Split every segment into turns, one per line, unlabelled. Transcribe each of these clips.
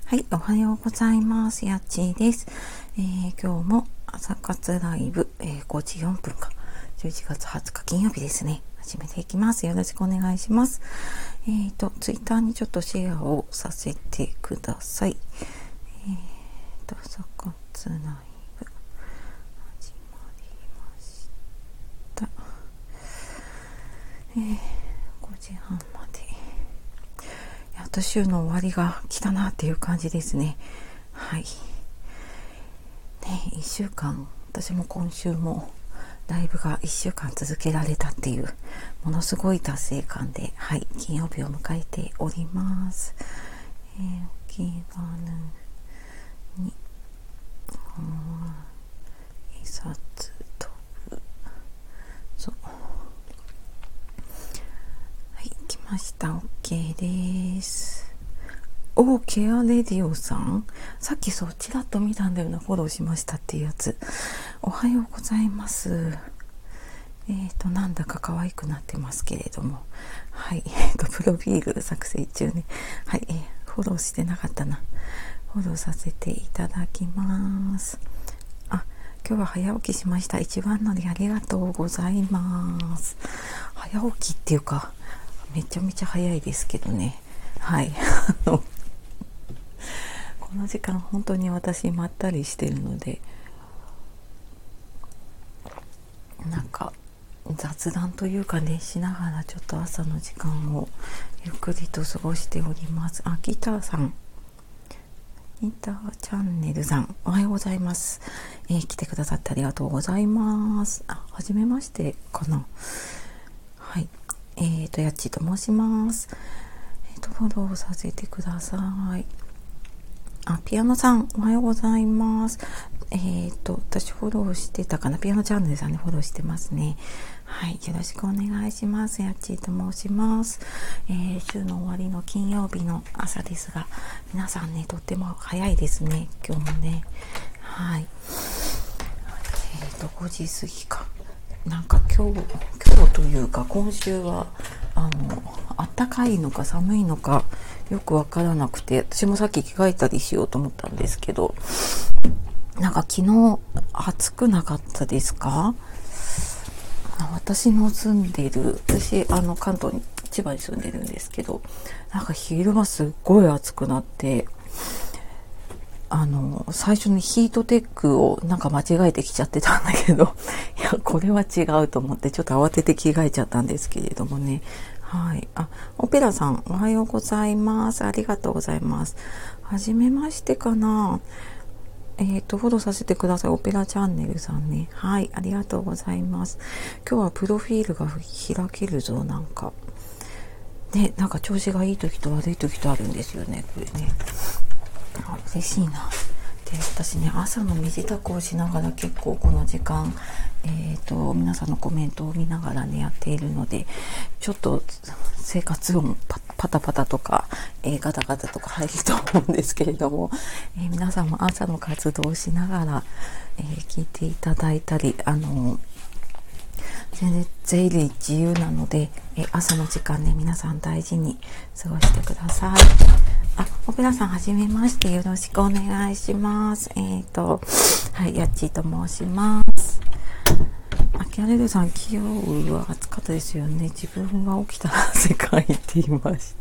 はい、おはようございます。やっちーです。今日も朝活ライブ、5時4分か。11月20日金曜日ですね。始めていきます。よろしくお願いします。ツイッターにちょっとシェアをさせてください。朝活ライブ始まりました。5時半まで。やっと週の終わりが来たなっていう感じですね。はい。1週間、私も今週もライブが1週間続けられたっていうものすごい達成感で、はい、金曜日を迎えております。お気軽に印刷飛ぶそうはい、来ました。 OK です。ケアレディオさん、さっきそちらっと見たんだよな、フォローしましたっていうやつ。おはようございます。なんだか可愛くなってますけれども、はい、プロフィール作成中ね。はい、フォローしてなかったな。フォローさせていただきます。今日は早起きしました。一番乗りありがとうございます。早起きっていうか、めちゃめちゃ早いですけどね。はい。この時間本当に私まったりしてるので、なんか雑談というかねしながらちょっと朝の時間をゆっくりと過ごしております。ギターさん、ギターチャンネルさん、おはようございます。来てくださってありがとうございます。はじめましてかな。はい、やっちーと申します。フォローさせてください。ピアノさん、おはようございます。私フォローしてたかな。ピアノチャンネルさんでフォローしてますね。はい、よろしくお願いします。やっちーと申します。週の終わりの金曜日の朝ですが、皆さんね、とっても早いですね。今日もね。はい。5時過ぎか。なんか今日というか今週は暖かいのか寒いのかよくわからなくて、私もさっき着替えたりしようと思ったんですけど、なんか昨日暑くなかったですか？私の住んでる、私関東に千葉に住んでるんですけど、なんか昼間すっごい暑くなって、最初にヒートテックをなんか間違えてきちゃってたんだけどいやこれは違うと思ってちょっと慌てて着替えちゃったんですけれどもね。はい。オペラさん、おはようございます。ありがとうございます。はじめましてかな。フォローさせてください。オペラチャンネルさんね。はい、ありがとうございます。今日はプロフィールが開けるぞ。なんかね、なんか調子がいい時と悪い時とあるんですよね、これね。嬉しいな。で、私ね、朝の身支度をしながら結構この時間、皆さんのコメントを見ながらねやっているので、ちょっと生活音パタパタとか、ガタガタとか入ると思うんですけれども、皆さんも朝の活動をしながら、聞いていただいたり、全然出入り自由なので、朝の時間ね皆さん大事に過ごしてください。オペラさん、はじめまして、よろしくお願いします。はい、やっちーと申します。キャレルさん、今日は暑かったですよね。自分が起きたら汗かいていました。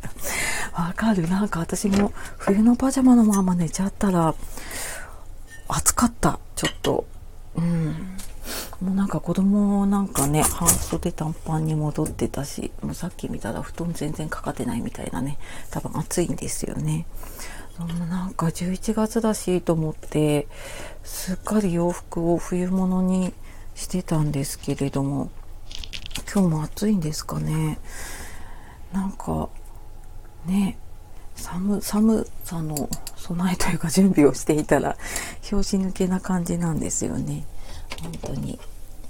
わかる。なんか私も冬のパジャマのまま寝ちゃったら暑かった。ちょっともうなんか子供なんかね、半袖短パンに戻ってたし、もうさっき見たら布団全然かかってないみたいなね。多分暑いんですよね。なんか11月だしと思ってすっかり洋服を冬物にしてたんですけれども、今日も暑いんですかね。なんかね、寒さの備えというか準備をしていたら拍子抜けな感じなんですよね、本当に。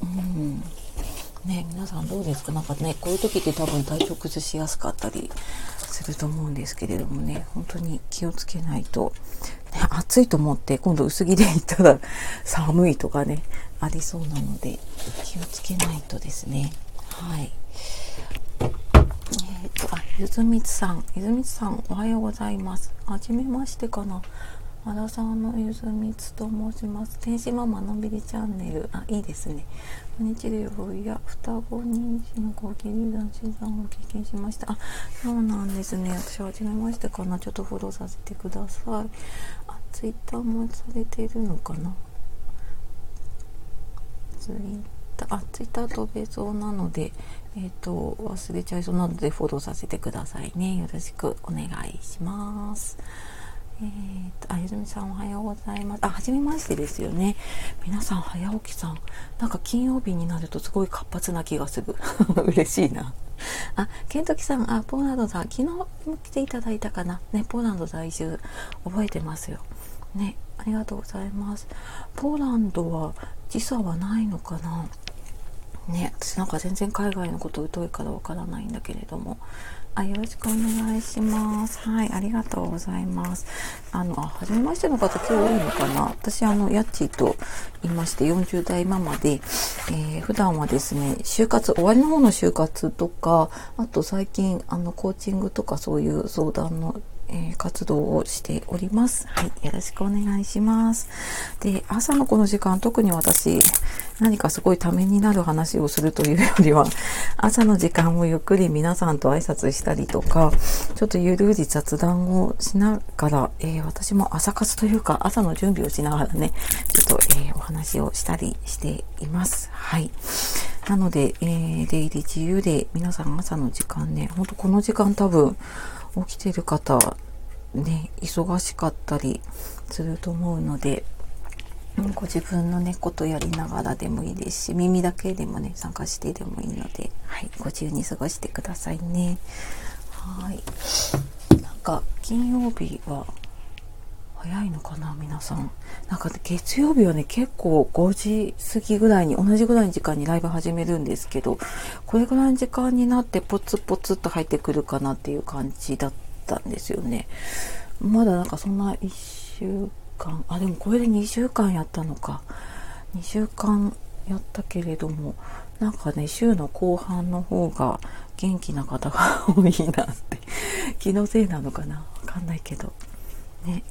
ね、皆さんどうですか？なんかね、こういう時って多分体調崩しやすかったりすると思うんですけれどもね、本当に気をつけないと、ね、暑いと思って今度薄着で行ったら寒いとかね、ありそうなので気をつけないとですね。はい。 ゆずみつさんおはようございます。はじめましてかな。和田さんのゆずみつと申します。天使ママのんびりチャンネル、いいですね。不治療や双子妊娠の後期流産出産を経験しました。そうなんですね。私はじめましてかな。ちょっとフォローさせてください。ツイッターもされているのかな。ツイッターと別荘なので、忘れちゃいそうなのでフォローさせてくださいね。よろしくお願いします。ゆずみさんおはようございます。はじめましてですよね。皆さん早起きさん。なんか金曜日になるとすごい活発な気がする。嬉しいな。ケントキさん、ポーランドさん、昨日も来ていただいたかな。ね、ポーランド在住、覚えてますよ。ね、ありがとうございます。ポーランドは時差はないのかな。ね、私なんか全然海外のこと疎いからわからないんだけれども、よろしくお願いします。はい、ありがとうございます。はじめましての方今日多いのかな。私ヤッチーと言いまして40代ママで、普段はですね、終わりの方の就活とか、あと最近コーチングとかそういう相談の活動をしております。はい、よろしくお願いします。で、朝のこの時間、特に私、何かすごいためになる話をするというよりは、朝の時間をゆっくり皆さんと挨拶したりとか、ちょっとゆるり雑談をしながら、私も朝活というか、朝の準備をしながらね、ちょっと、お話をしたりしています。はい。なので、出入り自由で、皆さん朝の時間ね、ほんとこの時間多分、起きてる方ね、忙しかったりすると思うので、ご自分のねことやりながらでもいいですし、耳だけでもね参加してでもいいので、はい、ご自由に過ごしてくださいね。はい。なんか金曜日は早いのかな皆さん。なんか月曜日はね結構5時過ぎぐらいに、同じぐらいの時間にライブ始めるんですけど、これぐらいの時間になってポツポツっと入ってくるかなっていう感じだったんですよね。まだなんかそんな1週間、でもこれで2週間やったのか。2週間やったけれども、なんかね週の後半の方が元気な方が多いなって。気のせいなのかな、わかんないけどね。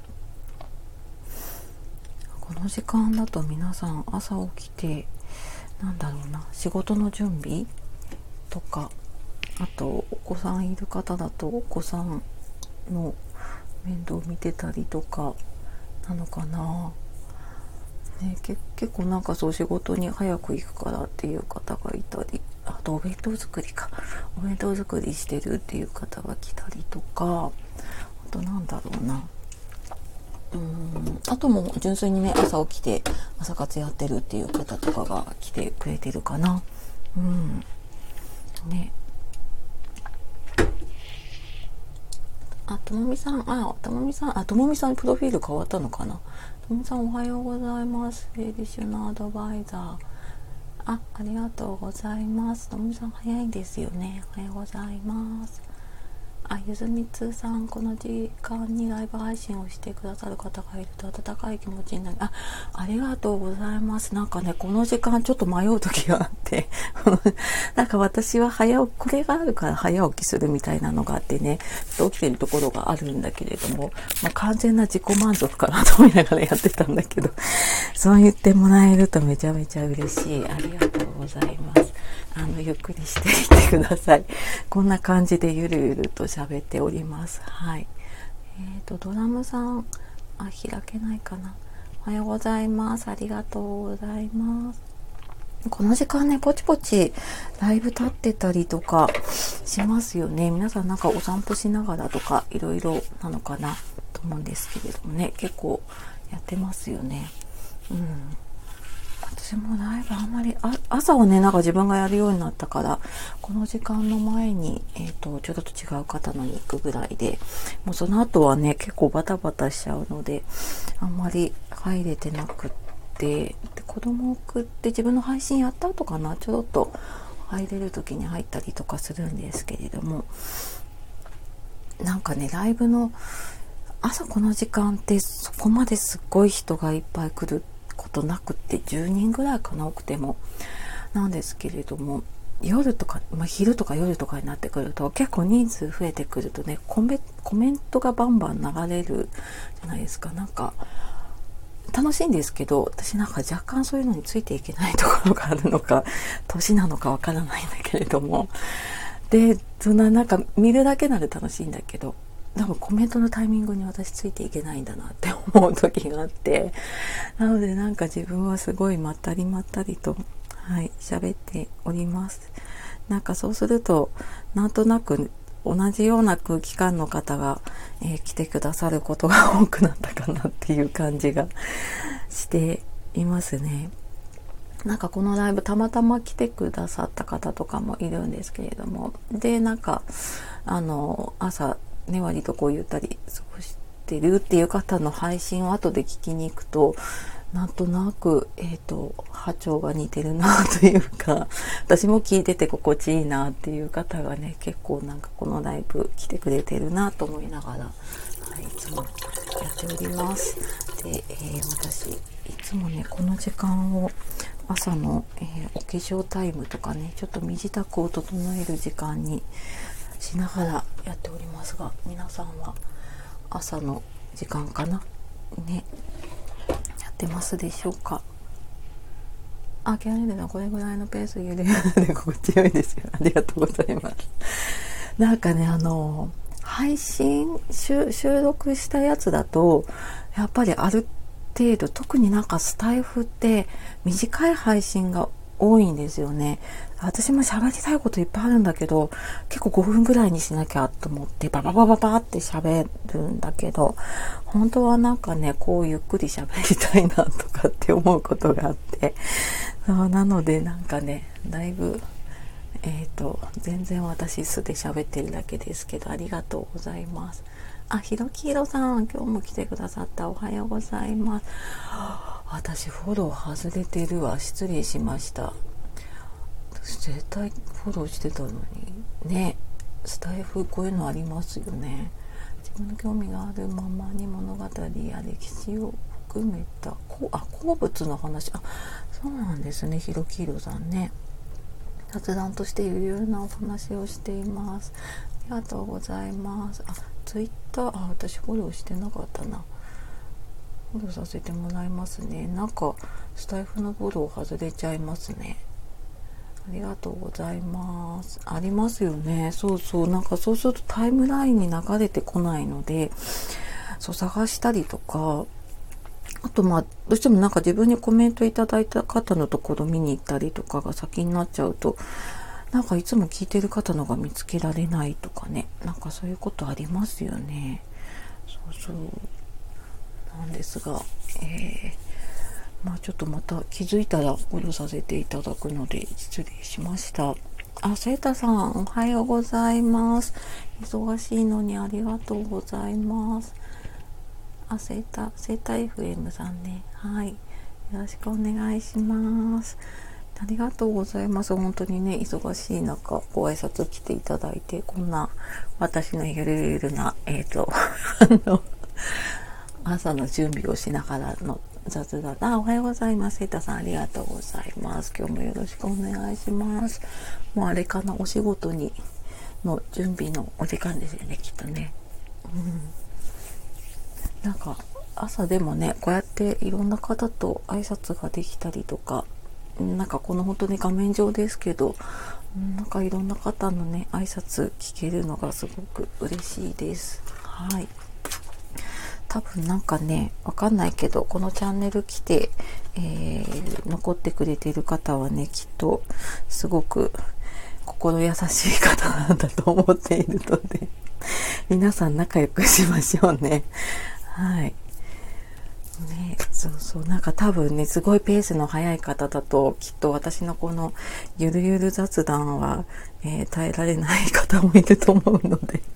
この時間だと皆さん朝起きて、仕事の準備とか、あとお子さんいる方だとお子さんの面倒見てたりとかなのかな、ね、結構なんかそう仕事に早く行くからっていう方がいたり、あとお弁当作りしてるっていう方が来たりとか、あとあとも純粋にね朝起きて朝活やってるっていう方とかが来てくれてるかな。ね。ともみさんプロフィール変わったのかな。ともみさんおはようございます。エディショナルアドバイザー。ありがとうございます。ともみさん早いですよね。おはようございます。ゆずみつさん、この時間にライブ配信をしてくださる方がいると温かい気持ちになる。ありがとうございます。なんかね、この時間ちょっと迷う時があって、なんか私はこれがあるから早起きするみたいなのがあってね、ちょっと起きてるところがあるんだけれども、完全な自己満足かなと思いながらやってたんだけど、そう言ってもらえるとめちゃめちゃ嬉しい。ありがとうございます。ゆっくりしていってください。こんな感じでゆるゆると喋っております。はい。ドラムさん、開けないかな。おはようございます。ありがとうございます。この時間ね、ポチポチライブ立ってたりとかしますよね。皆さんなんかお散歩しながらとかいろいろなのかなと思うんですけれどもね、結構やってますよね。私もライブあんまり朝はねなんか自分がやるようになったから、この時間の前にちょっと違う方のに行くぐらいで、もうその後はね結構バタバタしちゃうのであんまり入れてなくって、で子供を送って自分の配信やった後かな、ちょろっと入れる時に入ったりとかするんですけれども、なんかねライブの朝この時間ってそこまですっごい人がいっぱい来ることなくって、10人ぐらいかな、多くてもなんですけれども、 夜とか、昼とか夜とかになってくると結構人数増えてくるとね、コメントがバンバン流れるじゃないですか。なんか楽しいんですけど、私なんか若干そういうのについていけないところがあるのか、年なのかわからないんだけれども、でそんななんか見るだけなら楽しいんだけど、多分コメントのタイミングに私ついていけないんだなって思う時があって、なのでなんか自分はすごいまったりと喋っております。なんかそうするとなんとなく同じような空気感の方が、来てくださることが多くなったかなっていう感じがしていますね。なんかこのライブたまたま来てくださった方とかもいるんですけれども、でなんか朝ね割とこうゆったり過ごしてるっていう方の配信を後で聞きに行くと、なんとなく、波長が似てるなというか、私も聞いてて心地いいなっていう方がね、結構なんかこのライブ来てくれてるなと思いながら、いつもやっております。で、私いつもねこの時間を朝の、お化粧タイムとかね、ちょっと身支度を整える時間にしながらやっておりますが、皆さんは朝の時間かなね、やってますでしょうか。キャレンデさん、これぐらいのペースゆるゆるで心地よいですよ。ありがとうございます。なんかね、配信収録したやつだとやっぱりある程度、特になんかスタイフって短い配信が多いんですよね。私も喋りたいこといっぱいあるんだけど、結構5分ぐらいにしなきゃと思ってバババババって喋るんだけど、本当はなんかねこうゆっくり喋りたいなとかって思うことがあって、なのでなんかねだいぶ全然私素で喋ってるだけですけど、ありがとうございます。ひろきいろさん、今日も来てくださった。おはようございます。私フォロー外れてるわ、失礼しました。絶対フォローしてたのにね。スタイフこういうのありますよね。自分の興味があるままに物語や歴史を含めた鉱物の話、そうなんですね。ひろきいろさんね、雑談としてゆるゆるなお話をしています。ありがとうございます。ツイッター、私フォローしてなかったな。フォローさせてもらいますね。なんかスタイフのフォロー外れちゃいますね。ありがとうございます。ありますよね。そうそう、なんかそうするとタイムラインに流れてこないので、そう探したりとか、あとどうしてもなんか自分にコメントいただいた方のところ見に行ったりとかが先になっちゃうと、なんかいつも聞いてる方のが見つけられないとかね、なんかそういうことありますよね。そうなんですが、ちょっとまた気づいたらフォローさせていただくので失礼しました。セータさん、おはようございます。忙しいのにありがとうございます。セータ FM さんね、よろしくお願いします。ありがとうございます。本当にね、忙しい中ご挨拶来ていただいて、こんな私のゆるゆるな朝の準備をしながらの雑談。おはようございます。セータさん、ありがとうございます。今日もよろしくお願いします。もうあれかな、お仕事の準備のお時間ですよね、きっとね。なんか朝でもね、こうやっていろんな方と挨拶ができたりとか、なんかこの本当に画面上ですけど、なんかいろんな方のね挨拶聞けるのがすごく嬉しいです。多分なんかね、わかんないけど、このチャンネル来て、残ってくれている方はね、きっとすごく心優しい方なんだと思っているので皆さん仲良くしましょうね。そうなんか多分ね、すごいペースの速い方だときっと私のこのゆるゆる雑談は、耐えられない方もいると思うので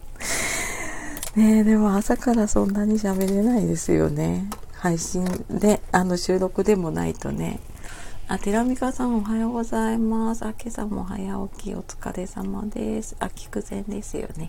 でも朝からそんなに喋れないですよね。配信で収録でもないとね。テラミカさん、おはようございます。今朝も早起きお疲れ様です。菊前ですよね。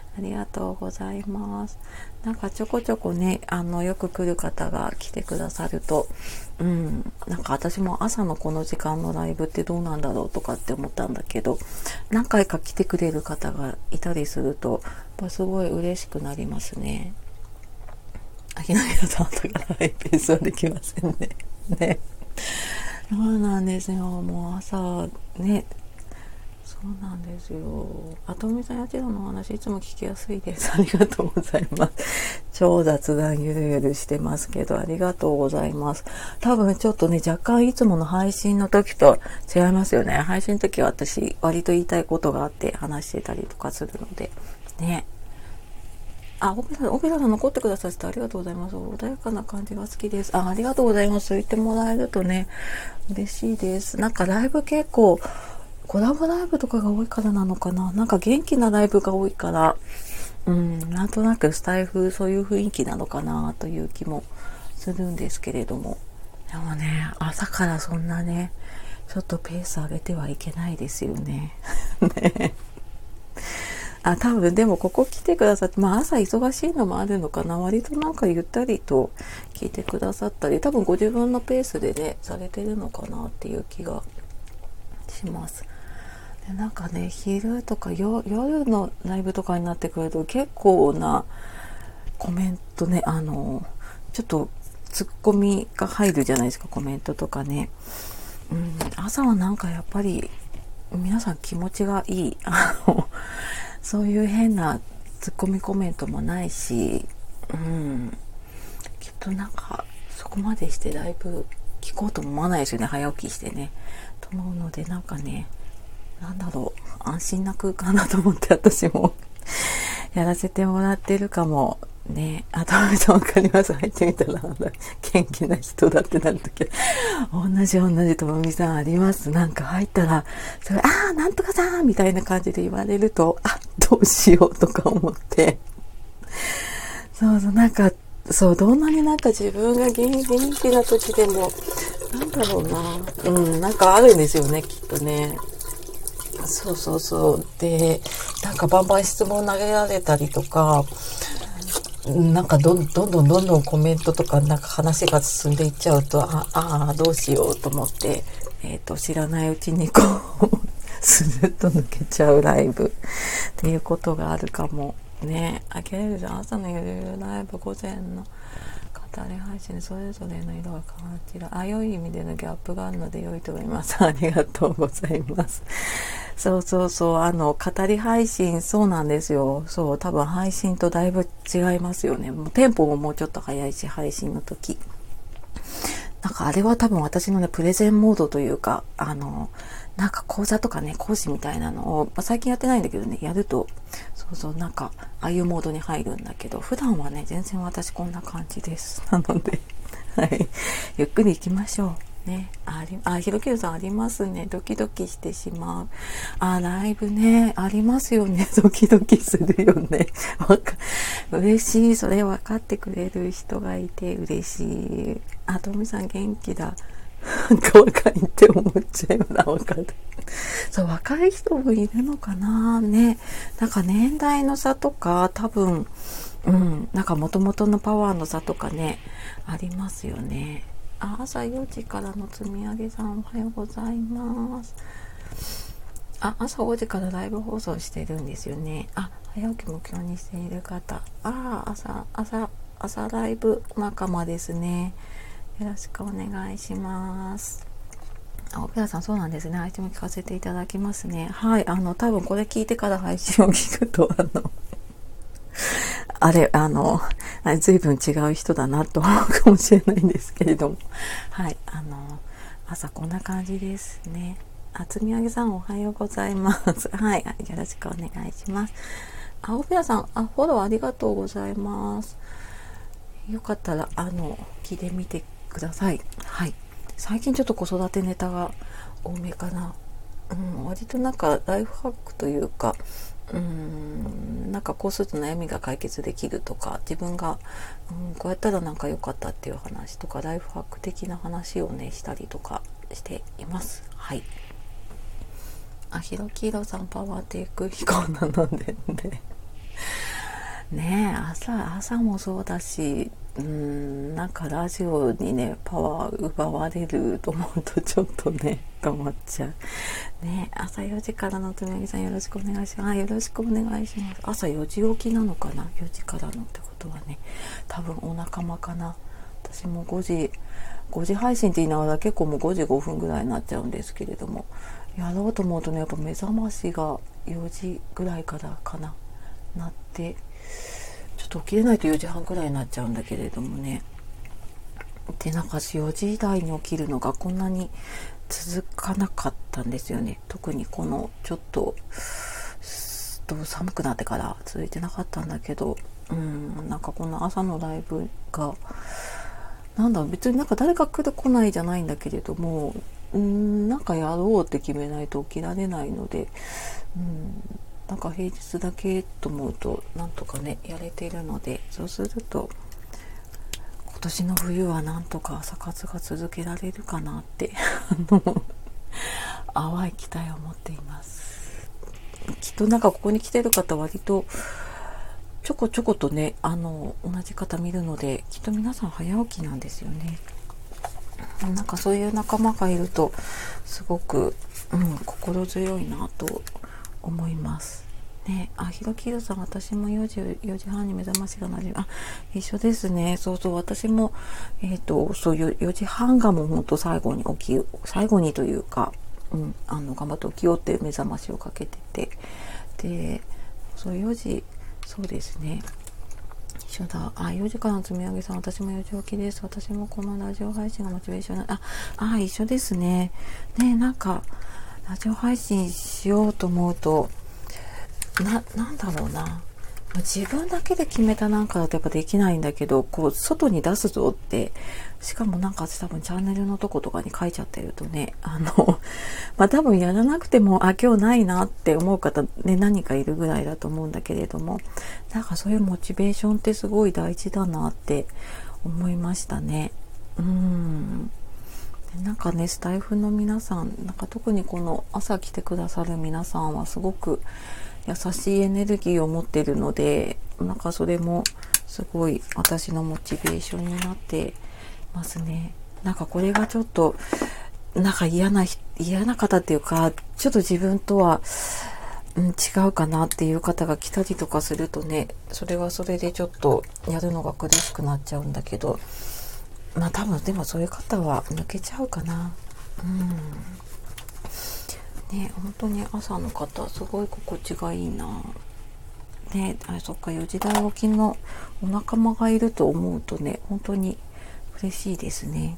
ありがとうございます。なんかちょこちょこね、よく来る方が来てくださると、なんか私も朝のこの時間のライブってどうなんだろうとかって思ったんだけど、何回か来てくれる方がいたりすると、やっぱすごい嬉しくなりますね。ひなぎらさんだからハイペースはできませんね。ね。そうなんですよ。もう朝ね、そうなんですよ。あとみさんやちろのお話いつも聞きやすいです。ありがとうございます。超雑談ゆるゆるしてますけど、ありがとうございます。多分ちょっとね、若干いつもの配信の時と違いますよね。配信の時は私割と言いたいことがあって話してたりとかするので。ね。あ、オペラさん残ってくださってありがとうございます。穏やかな感じが好きです。ありがとうございます。言ってもらえるとね、嬉しいです。なんかライブ結構、コラボライブとかが多いからなのかな。なんか元気なライブが多いから、なんとなくスタイフそういう雰囲気なのかなという気もするんですけれども。でもね、朝からそんなね、ちょっとペース上げてはいけないですよね。ね。多分でもここ来てくださって、朝忙しいのもあるのかな。割となんかゆったりと聞いてくださったり、多分ご自分のペースでね、されてるのかなっていう気がします。でなんかね、昼とか夜のライブとかになってくると結構なコメントね、ちょっとツッコミが入るじゃないですか、コメントとかね。朝はなんかやっぱり皆さん気持ちがいい。そういう変なツッコミコメントもないし、きっとなんかそこまでしてライブ聞こうとも思わないですよね。早起きしてね。と思うので、なんかね、なんだろう、安心な空間だと思って私もやらせてもらってるかもね。トムさんわかります。入ってみたら元気な人だってなるとき同じともみさんあります。なんか入ったらそれなんとかさんみたいな感じで言われるとどうしようとか思ってそうなんかどんなになんか自分が元気な時でもなんだろうななんかあるんですよね、きっとね。そうで、なんかバンバン質問投げられたりとか、なんかどんどんコメントとかなんか話が進んでいっちゃうとどうしようと思って、知らないうちにこうスルッと抜けちゃうライブっていうことがあるかもね。けれる朝のゆるゆるライブ、午前の語り配信でそれぞれの色が感じる。良い意味でのギャップがあるので良いと思います。ありがとうございます。そう語り配信、そうなんですよ。多分配信とだいぶ違いますよね。もうテンポももうちょっと早いし、配信の時。なんかあれは多分私のね、プレゼンモードというか、なんか講座とかね、講師みたいなのを、最近やってないんだけどね、やると、なんか、ああいうモードに入るんだけど、普段はね、全然私こんな感じです。なので、はい。ゆっくり行きましょう。ね。ひろきゅうさんありますね。ドキドキしてしまう。ライブね、ありますよね。ドキドキするよね。嬉しい。それ分かってくれる人がいて嬉しい。とみさん元気だ。なんか若いって思っちゃうな、わかる。若い人もいるのかなね。なんか年代の差とか、多分、なんか元々のパワーの差とかね、ありますよね。朝4時からの積み上げさん、おはようございます。朝5時からライブ放送してるんですよね。早起き目標にしている方。朝ライブ仲間ですね。よろしくお願いします。オペラさん、そうなんですね。配信も聞かせていただきますね。はい。多分これ聞いてから配信を聞くと、随分違う人だなと思うかもしれないんですけれども。はい。朝こんな感じですね。積み上げさん、おはようございます。はい。よろしくお願いします。オペラさん、フォローありがとうございます。よかったら、聞いてみてください。はい。最近ちょっと子育てネタが多めかな。割となんかライフハックというか、なんかこうすると悩みが解決できるとか、自分が、こうやったらなんか良かったっていう話とか、ライフハック的な話をね、したりとかしています。はい。ひろきいろさん、パワーテイク飛行なのでね。 ねえ、朝もそうだし、なんかラジオにねパワー奪われると思うとちょっとねと思っちゃうね。朝4時からのつみやぎさん、よろしくお願いします。よろしくお願いします。朝4時起きなのかな、4時からのってことはね、多分お仲間かな。私も5時配信って言いながら結構もう5時5分ぐらいになっちゃうんですけれども、やろうと思うとね、やっぱ目覚ましが4時ぐらいからかななって、ちょっと起きれないと4時半くらいになっちゃうんだけれどもね。で、なんか4時台に起きるのがこんなに続かなかったんですよね。特にこのちょっと寒くなってから続いてなかったんだけど、なんかこの朝のライブが別になんか誰か来ないじゃないんだけれども、なんかやろうって決めないと起きられないので、なんか平日だけと思うとなんとかねやれているので、そうすると今年の冬はなんとか朝活が続けられるかなって淡い期待を持っています。きっとなんかここに来てる方割とちょこちょことね同じ方見るので、きっと皆さん早起きなんですよね。なんかそういう仲間がいるとすごく、心強いなと思いますね。ひろきるさん、私も4時半に目覚ましが鳴り、一緒ですね。そうそう、私もそういう4時半がもう本当最後にというか、頑張って起きようって目覚ましをかけてて、でそう4時、そうですね、一緒だ。4時からの積み上げさん、私も4時起きです。私もこのラジオ配信がモチベーション一緒ですね。なんかラジオ配信しようと思うとなんだろうな、自分だけで決めたなんかだとやっぱできないんだけど、こう外に出すぞって、しかもなんか多分チャンネルのとことかに書いちゃってるとね、多分やらなくても今日ないなって思う方ね、何かいるぐらいだと思うんだけれども、なんかそういうモチベーションってすごい大事だなって思いましたね。なんかね、スタイフの皆さん、なんか特にこの朝来てくださる皆さんはすごく優しいエネルギーを持っているので、なんかそれもすごい私のモチベーションになってますね。なんかこれがちょっとなんか嫌な方っていうか、ちょっと自分とは、違うかなっていう方が来たりとかするとね、それはそれでちょっとやるのが苦しくなっちゃうんだけど、多分でもそういう方は抜けちゃうかな。ね、本当に朝の方すごい心地がいいな。ね、そっか、4時台起きのお仲間がいると思うとね、本当に嬉しいですね。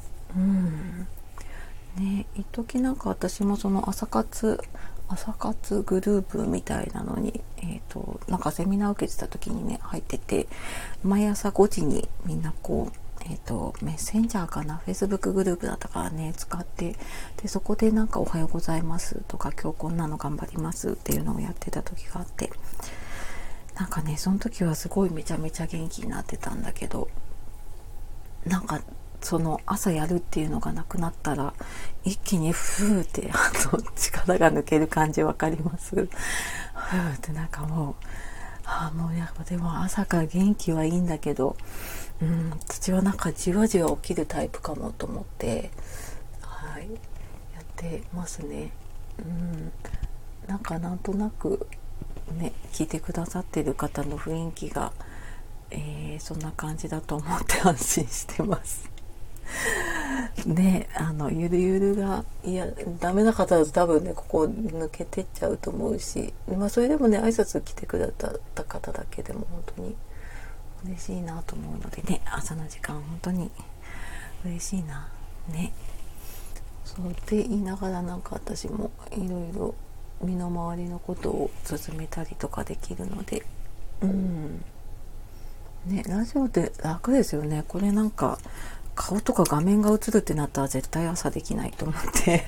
ね、一時なんか私もその朝活グループみたいなのに、なんかセミナー受けてた時にね入ってて、毎朝5時にみんなこうメッセンジャーかな、フェイスブックグループだったからね使って、でそこでなんかおはようございますとか、今日こんなの頑張りますっていうのをやってた時があって、なんかねその時はすごいめちゃめちゃ元気になってたんだけど、なんかその朝やるっていうのがなくなったら一気にふーって力が抜ける感じわかります？ふーってなんかもうやっぱでも朝から元気はいいんだけど、私はなんかじわじわ起きるタイプかもと思って、やってますね。なんとなくね、聞いてくださってる方の雰囲気が、そんな感じだと思って安心してますね。ゆるゆるがダメな方だと多分ねここ抜けてっちゃうと思うし、それでもね挨拶来てくれた方だけでも本当に嬉しいなと思うのでね、朝の時間本当に嬉しいなね。そうで言いながら、なんか私もいろいろ身の回りのことを進めたりとかできるので、ね、ラジオって楽ですよね。これなんか顔とか画面が映るってなったら絶対朝できないと思って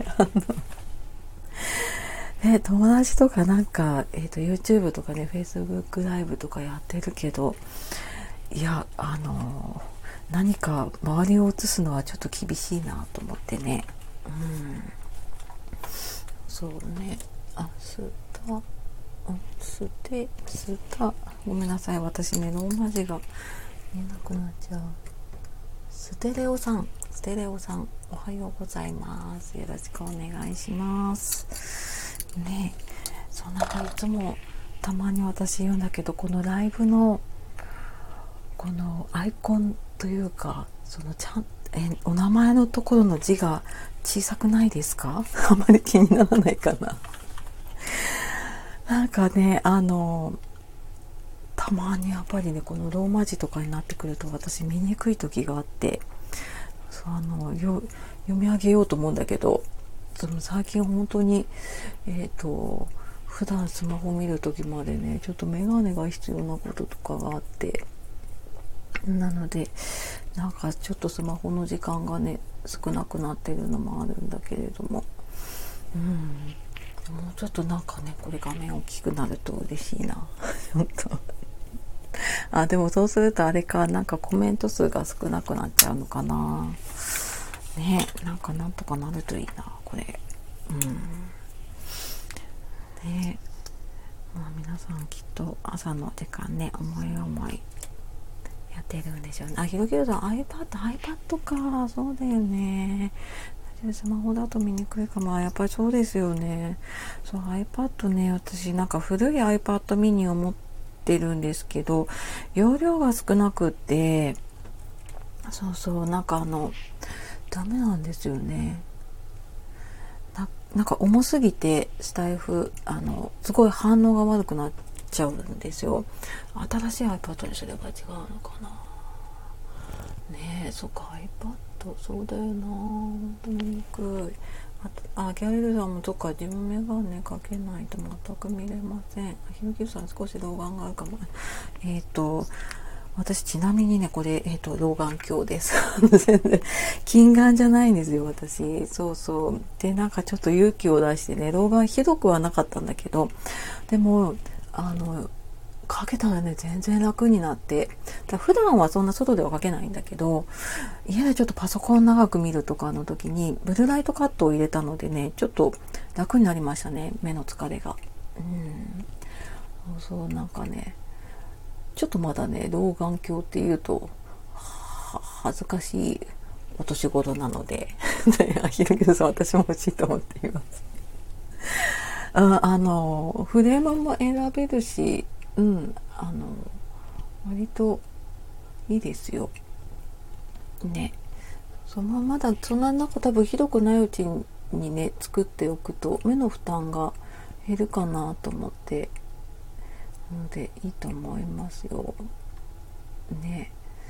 友達とかなんか、YouTube とかね Facebook ライブとかやってるけど、いや何か周りを映すのはちょっと厳しいなと思ってね。そうね、明日スタ、ごめんなさい、私ねローマ字が見えなくなっちゃう。ステレオさん、おはようございます。よろしくお願いしますね。そう、なんかいつもたまに私言うんだけど、このライブのこのアイコンというか、そのお名前のところの字が小さくないですか？あまり気にならないかな。なんかね、たまにやっぱりね、このローマ字とかになってくると私見にくい時があって、読み上げようと思うんだけど、最近本当に普段スマホ見る時までね、ちょっとメガネが必要なこととかがあって、なのでなんかちょっとスマホの時間がね少なくなってるのもあるんだけれども、もうちょっとなんかね、これ画面大きくなると嬉しいな本当。でもそうするとあれか、なんかコメント数が少なくなっちゃうのかなね。なんとかなるといいなこれ。ね、皆さんきっと朝の時間ね、思い思いやってるんでしょうね。ひろきろさん iPad か、そうだよね。スマホだと見にくいかも。やっぱりそうですよね。そう、 iPad ね、私なんか古い iPad mini を持ってるんですけど、容量が少なくって、なんかダメなんですよね。なんか重すぎてスタイフすごい反応が悪くなっちゃうんですよ。新しい iPad にすれば違うのかなね。そっか、 iPad そうだよな、本当に見にくい。ギャレルさんも、そっか、自分メガネかけないと全く見れません。ひろきさん少し老眼があるかも。私ちなみにね、これ、老眼鏡です。全然近眼じゃないんですよ、私。そうで、なんかちょっと勇気を出してね、老眼ひどくはなかったんだけど、でもかけたらね、全然楽になって、普段はそんな外ではかけないんだけど、家でちょっとパソコン長く見るとかの時にブルーライトカットを入れたのでね、ちょっと楽になりましたね、目の疲れが。なんかね、ちょっとまだね、老眼鏡っていうと恥ずかしいお年頃なのでひろきさん、私も欲しいと思っています。フレームも選べるし、割といいですよね。まだそんな中、多分ひどくないうちにね作っておくと目の負担が減るかなと思って、のでいいと思いますよね。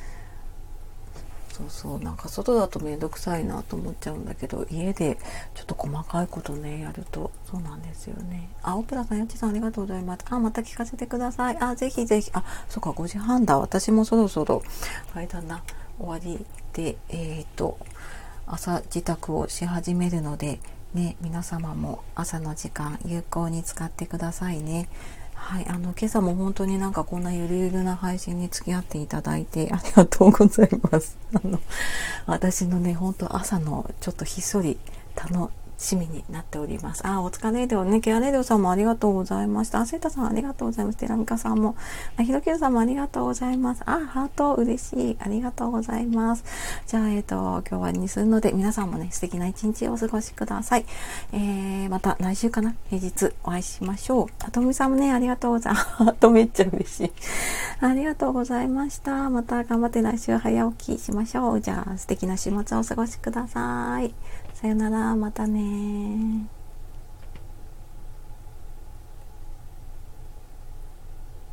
なんか外だとめんどくさいなと思っちゃうんだけど、家でちょっと細かいことねやるとそうなんですよね。オプラさん、やちさん、ありがとうございます。また聞かせてください。ぜひぜひ。そっか、5時半だ。私もそろそろあれだな、終わりで朝自宅をし始めるのでね、皆様も朝の時間有効に使ってくださいね。はい、今朝も本当になんかこんなゆるゆるな配信に付き合っていただいてありがとうございます。私のね、本当朝のちょっとひっそり楽しみになっております。お疲れでね、ケアレデオさんもありがとうございました。セータさんありがとうございます。テラミカさんも、ひろきろさんもありがとうございます。ハート嬉しい。ありがとうございます。じゃあ、今日は終わりにするので、皆さんもね、素敵な一日をお過ごしください。また来週かな、平日お会いしましょう。とみさんもね、ありがとうございます。ハートめっちゃ嬉しい。ありがとうございました。また頑張って来週早起きしましょう。じゃあ、素敵な週末をお過ごしください。さよなら、またね。